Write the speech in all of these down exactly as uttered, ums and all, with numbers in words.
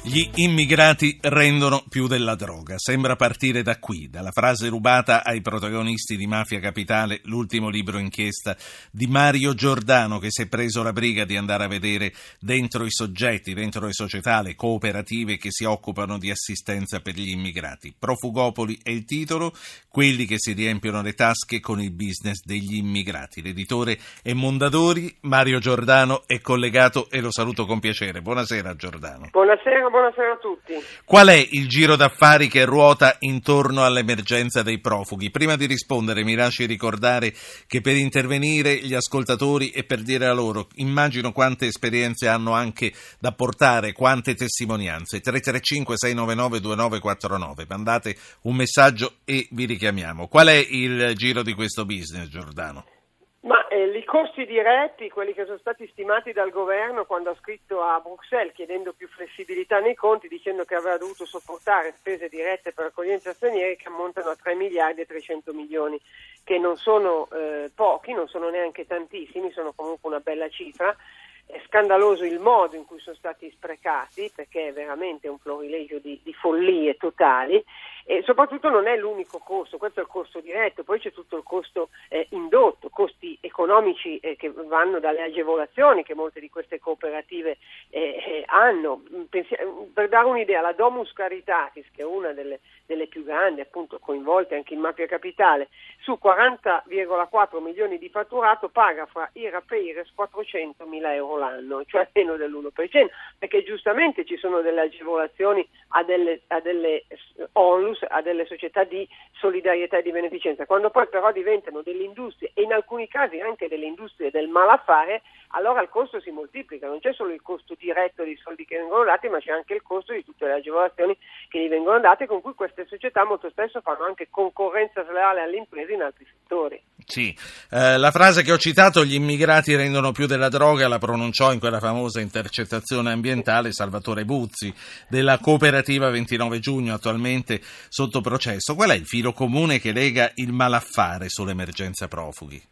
Gli immigrati rendono più della droga. Sembra partire da qui, dalla frase rubata ai protagonisti di Mafia Capitale, l'ultimo libro inchiesta di Mario Giordano, che si è preso la briga di andare a vedere dentro i soggetti, dentro le società, le cooperative che si occupano di assistenza per gli immigrati. Profugopoli è il titolo, quelli che si riempiono le tasche con il business degli immigrati. L'editore è Mondadori, Mario Giordano è collegato e lo saluto con piacere. Buonasera Giordano. Buonasera. Buonasera a tutti. Qual è il giro d'affari che ruota intorno all'emergenza dei profughi? Prima di rispondere mi lasci ricordare che per intervenire gli ascoltatori e per dire a loro, immagino quante esperienze hanno anche da portare, quante testimonianze. tre tre cinque sei nove nove due nove quattro nove, mandate un messaggio e vi richiamiamo. Qual è il giro di questo business, Giordano? Ma eh, i costi diretti, quelli che sono stati stimati dal governo quando ha scritto a Bruxelles chiedendo più flessibilità nei conti, dicendo che aveva dovuto sopportare spese dirette per accoglienza stranieri che ammontano a tre miliardi e trecento milioni, che non sono eh, pochi, non sono neanche tantissimi, sono comunque una bella cifra. È scandaloso il modo in cui sono stati sprecati, perché è veramente un florilegio di, di follie totali, e soprattutto non è l'unico costo, questo è il costo diretto, poi c'è tutto il costo eh, indotto, costi economici eh, che vanno dalle agevolazioni che molte di queste cooperative eh, eh, hanno. Pensi- per dare un'idea, la Domus Caritatis, che è una delle, delle più grandi, appunto coinvolte anche in Mafia Capitale, su quaranta virgola quattro milioni di fatturato paga fra I R A P e I R E S quattrocentomila euro l'anno, cioè meno dell'uno per cento, perché giustamente ci sono delle agevolazioni a delle, a delle onlus, a delle società di solidarietà e di beneficenza. Quando poi però diventano delle industrie, e in alcuni casi anche delle industrie del malaffare, allora il costo si moltiplica, non c'è solo il costo diretto dei soldi che vengono dati, ma c'è anche il costo di tutte le agevolazioni che gli vengono date, con cui queste società molto spesso fanno anche concorrenza sleale alle imprese in altri settori. Sì, eh, la frase che ho citato, gli immigrati rendono più della droga, la pronunciò in quella famosa intercettazione ambientale Salvatore Buzzi della cooperativa ventinove giugno, attualmente sotto processo. Qual è il filo comune che lega il malaffare sull'emergenza profughi?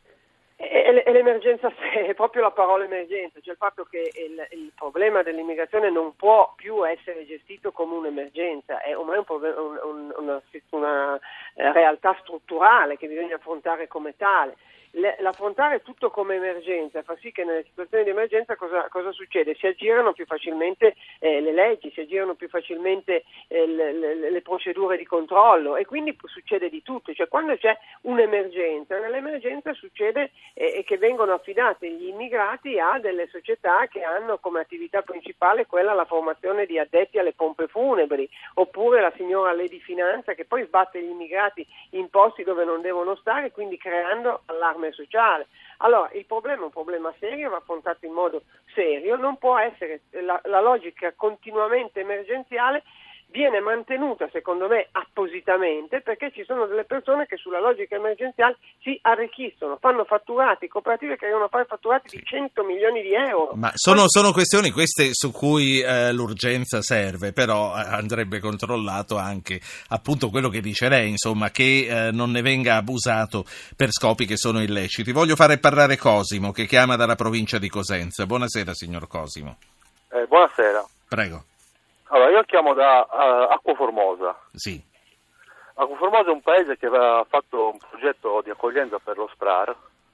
E l'emergenza è proprio la parola emergenza, cioè il fatto che il, il problema dell'immigrazione non può più essere gestito come un'emergenza, è ormai un problema, un, un, una, una realtà strutturale che bisogna affrontare come tale. L'affrontare tutto come emergenza fa sì che nelle situazioni di emergenza cosa, cosa succede? Si aggirano più facilmente eh, le leggi, si aggirano più facilmente eh, le, le, le procedure di controllo, e quindi succede di tutto. Cioè quando c'è un'emergenza, nell'emergenza succede eh, che vengono affidati gli immigrati a delle società che hanno come attività principale quella la formazione di addetti alle pompe funebri, oppure la signora Lady Finanza che poi sbatte gli immigrati in posti dove non devono stare, quindi creando allarme sociale. Allora il problema è un problema serio, va affrontato in modo serio, non può essere la, la logica continuamente emergenziale viene mantenuta secondo me appositamente, perché ci sono delle persone che sulla logica emergenziale si arricchiscono, fanno fatturati, cooperative che arrivano a fare fatturati sì. di cento milioni di euro. Ma sono, sono questioni queste su cui eh, l'urgenza serve, però eh, andrebbe controllato anche appunto quello che dice lei, insomma, che eh, non ne venga abusato per scopi che sono illeciti. Voglio fare parlare Cosimo, che chiama dalla provincia di Cosenza. Buonasera signor Cosimo. Eh, buonasera. Prego. Allora, io chiamo da uh, Acquaformosa. Sì. Acquaformosa è un paese che aveva fatto un progetto di accoglienza per lo S P R A R,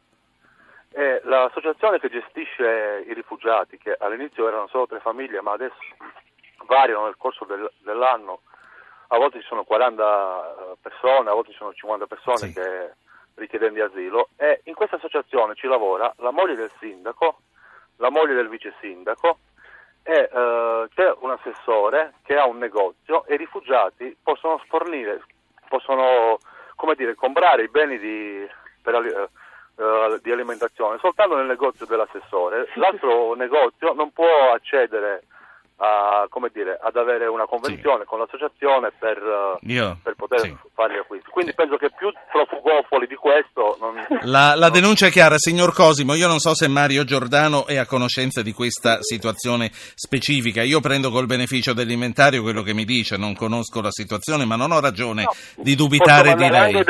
e l'associazione che gestisce i rifugiati, che all'inizio erano solo tre famiglie, ma adesso variano nel corso del, dell'anno, a volte ci sono quaranta persone, a volte ci sono cinquanta persone sì. che richiedenti asilo, e in questa associazione ci lavora la moglie del sindaco, la moglie del vice sindaco, e uh, c'è un assessore che ha un negozio, e i rifugiati possono fornire, possono come dire, comprare i beni di, per, uh, di alimentazione soltanto nel negozio dell'assessore. L'altro negozio non può accedere a, come dire, ad avere una convenzione sì. con l'associazione per, Io, per poter sì. fare gli acquisti. Quindi penso che più profugopoli di questo non... La, la denuncia è chiara, signor Cosimo. Io non so se Mario Giordano è a conoscenza di questa situazione specifica. Io prendo col beneficio dell'inventario quello che mi dice, non conosco la situazione, ma non ho ragione no. di dubitare di lei. Da,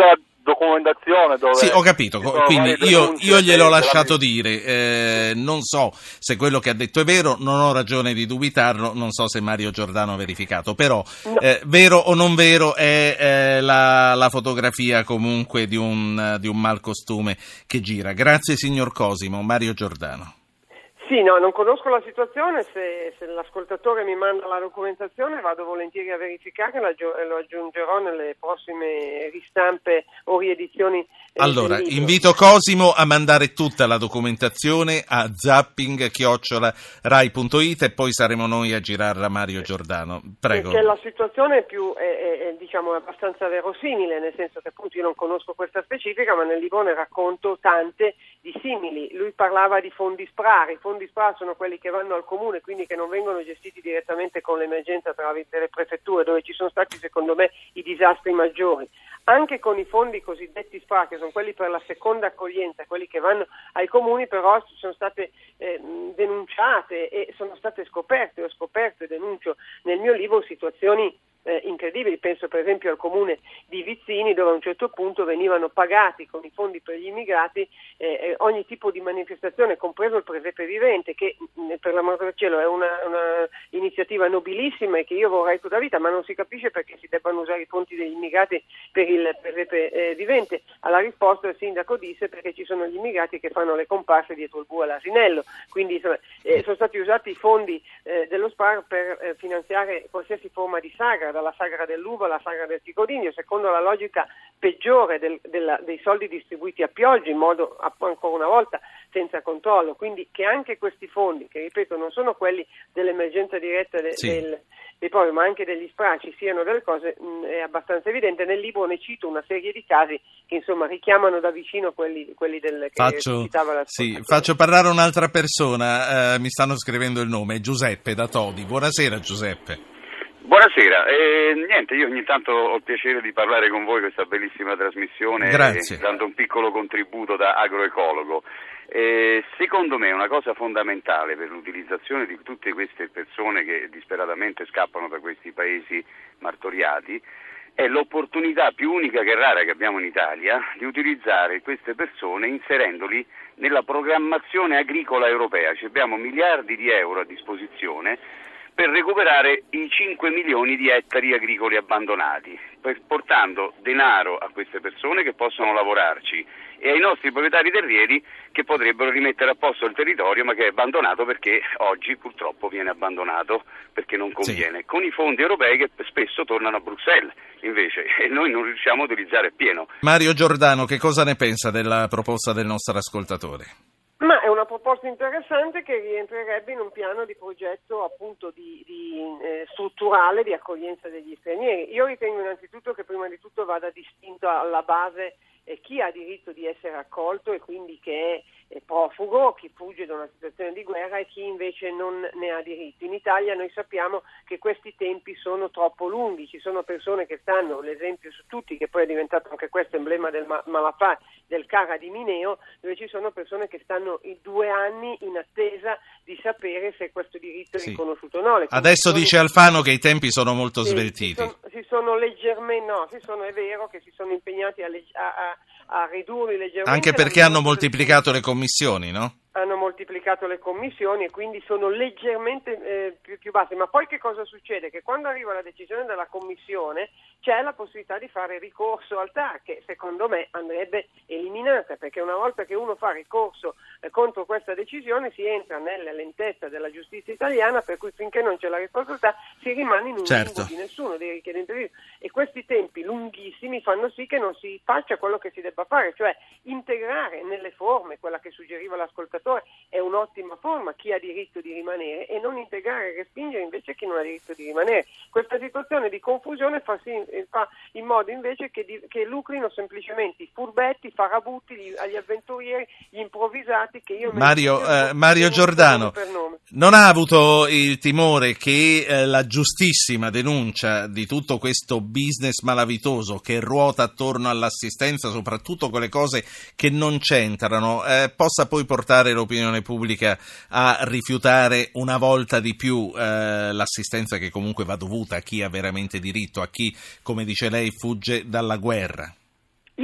documentazione dove... Sì, ho capito, quindi io, io gliel'ho lasciato dire, eh, non so se quello che ha detto è vero, non ho ragione di dubitarlo, non so se Mario Giordano ha verificato, però no. eh, vero o non vero è eh, la, la fotografia comunque di un, di un malcostume che gira. Grazie signor Cosimo. Mario Giordano. Sì, no, non conosco la situazione, se, se l'ascoltatore mi manda la documentazione vado volentieri a verificare e lo aggiungerò nelle prossime ristampe o riedizioni. Eh, allora, invito Cosimo a mandare tutta la documentazione a zapping chiocciola rai punto it e poi saremo noi a girarla a Mario Giordano. Prego. Perché la situazione è più, è, è, è, diciamo, abbastanza verosimile, nel senso che appunto io non conosco questa specifica, ma nel libro ne racconto tante di simili. Lui parlava di fondi SPRAR, i fondi SPRAR sono quelli che vanno al comune, quindi che non vengono gestiti direttamente con l'emergenza tramite le prefetture, dove ci sono stati secondo me i disastri maggiori. Anche con i fondi cosiddetti SPRAR, che sono quelli per la seconda accoglienza, quelli che vanno ai comuni, però ci sono state eh, denunciate e sono state scoperte, ho scoperto e denuncio nel mio libro situazioni Eh, incredibili. Penso per esempio al comune di Vizzini, dove a un certo punto venivano pagati con i fondi per gli immigrati eh, ogni tipo di manifestazione, compreso il presepe vivente, che mh, per l'amor del cielo è una, una iniziativa nobilissima e che io vorrei tutta la vita, ma non si capisce perché si debbano usare i fondi degli immigrati per il presepe eh, vivente. Alla risposta il sindaco disse perché ci sono gli immigrati che fanno le comparse dietro il bue all'asinello, quindi insomma, eh, sono stati usati i fondi eh, dello SPRAR per eh, finanziare qualsiasi forma di sagra, dalla sagra dell'uva alla sagra del ficodigno, secondo la logica peggiore del, della, dei soldi distribuiti a pioggia, in modo ancora una volta senza controllo. Quindi che anche questi fondi, che ripeto non sono quelli dell'emergenza diretta de, sì. del, dei poveri, ma anche degli SPRAR, ci siano delle cose, mh, è abbastanza evidente. Nel libro ne cito una serie di casi che insomma richiamano da vicino quelli, quelli del, che faccio, citava la sì, faccio parlare un'altra persona, eh, mi stanno scrivendo il nome, Giuseppe da Todi. Buonasera Giuseppe. Buonasera, eh, niente, io ogni tanto ho il piacere di parlare con voi questa bellissima trasmissione, Grazie. Eh, dando un piccolo contributo da agroecologo. Eh, secondo me una cosa fondamentale per l'utilizzazione di tutte queste persone che disperatamente scappano da questi paesi martoriati è l'opportunità più unica che rara che abbiamo in Italia di utilizzare queste persone inserendoli nella programmazione agricola europea. Ci abbiamo miliardi di euro a disposizione per recuperare i cinque milioni di ettari agricoli abbandonati, portando denaro a queste persone che possono lavorarci e ai nostri proprietari terrieri che potrebbero rimettere a posto il territorio, ma che è abbandonato perché oggi purtroppo viene abbandonato perché non conviene, sì. Con i fondi europei che spesso tornano a Bruxelles invece e noi non riusciamo a utilizzare appieno. Mario Giordano, che cosa ne pensa della proposta del nostro ascoltatore? Ma è una proposta interessante che rientrerebbe in un piano di progetto appunto di, di eh, strutturale di accoglienza degli stranieri. Io ritengo innanzitutto che prima di tutto vada distinto alla base eh, chi ha diritto di essere accolto e quindi che è, è profugo, chi fugge da una situazione di guerra e chi invece non ne ha diritto. In Italia noi sappiamo che questi tempi sono troppo lunghi, ci sono persone che stanno, l'esempio su tutti, che poi è diventato anche questo emblema del malaffare, del Cara di Mineo, dove ci sono persone che stanno i due anni in attesa di sapere se questo diritto è sì. riconosciuto o no. Le Adesso dice Alfano che i tempi sono molto sì, sveltiti. Si sono, si sono leggermente, no, si sono, è vero che si sono impegnati a, a, a, a ridurli leggermente. Anche perché hanno moltiplicato le commissioni, no? Hanno moltiplicato le commissioni e quindi sono leggermente eh, più, più basse. Ma poi che cosa succede? Che quando arriva la decisione della commissione c'è la possibilità di fare ricorso al T A R, che secondo me andrebbe eliminata, perché una volta che uno fa ricorso eh, contro questa decisione si entra nella lentezza della giustizia italiana, per cui finché non c'è la responsabilità si rimane in un certo. limbo di nessuno, dei richiedenti di asilo. E questi tempi lunghissimi fanno sì che non si faccia quello che si debba fare, cioè integrare nelle forme, quella che suggeriva l'ascoltatore è un'ottima forma, chi ha diritto di rimanere, e non integrare e respingere invece chi non ha diritto di rimanere. Questa situazione di confusione fa, sì, fa in modo invece che, di, che lucrino semplicemente i furbetti, i farabutti, gli, agli avventurieri, gli improvvisati che io... Mario, eh, Mario Giordano non ha avuto il timore che eh, la giustissima denuncia di tutto questo business malavitoso che ruota attorno all'assistenza, soprattutto con le cose che non c'entrano, eh, possa poi portare l'opinione pubblica a rifiutare una volta di più eh, l'assistenza che comunque va dovuta a chi ha veramente diritto, a chi, come dice lei, fugge dalla guerra? Io penso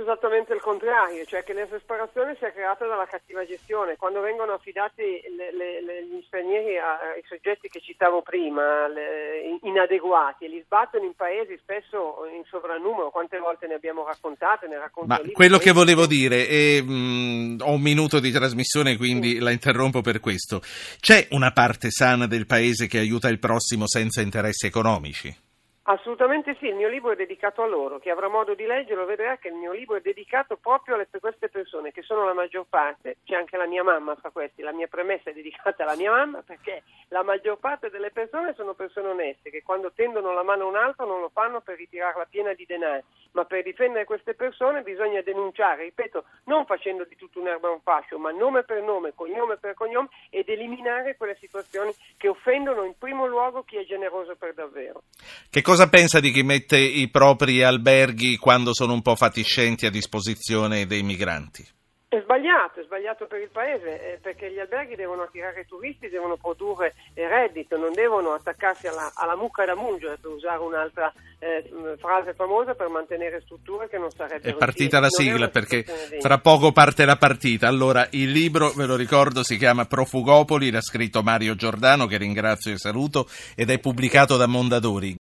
esattamente il contrario, cioè che l'esasperazione sia creata dalla cattiva gestione. Quando vengono affidati le, le, le, gli stranieri ai soggetti che citavo prima, le, inadeguati, e li sbattono in paesi spesso in sovrannumero, quante volte ne abbiamo raccontate, ne racconto Ma lì, quello che volevo dire, e, mh, ho un minuto di trasmissione, quindi sì, la interrompo per questo. C'è una parte sana del paese che aiuta il prossimo senza interessi economici? Assolutamente sì, il mio libro è dedicato a loro. Chi avrà modo di leggerlo vedrà che il mio libro è dedicato proprio a queste persone, che sono la maggior parte. C'è anche la mia mamma fra questi, la mia premessa è dedicata alla mia mamma, perché la maggior parte delle persone sono persone oneste, che quando tendono la mano a un altro non lo fanno per ritirarla piena di denaro, ma per difendere queste persone bisogna denunciare, ripeto, non facendo di tutto un'erba un fascio, ma nome per nome, cognome per cognome, ed eliminare quelle situazioni che offendono in primo luogo chi è generoso per davvero. Che cosa pensa di chi mette i propri alberghi quando sono un po' fatiscenti a disposizione dei migranti? È sbagliato, è sbagliato per il paese, eh, perché gli alberghi devono attirare turisti, devono produrre eh, reddito, non devono attaccarsi alla, alla mucca da mungere, per usare un'altra eh, frase famosa, per mantenere strutture che non sarebbero... È partita la sigla, perché di... fra poco parte la partita. Allora, il libro, ve lo ricordo, si chiama Profugopoli, l'ha scritto Mario Giordano, che ringrazio e saluto, ed è pubblicato da Mondadori.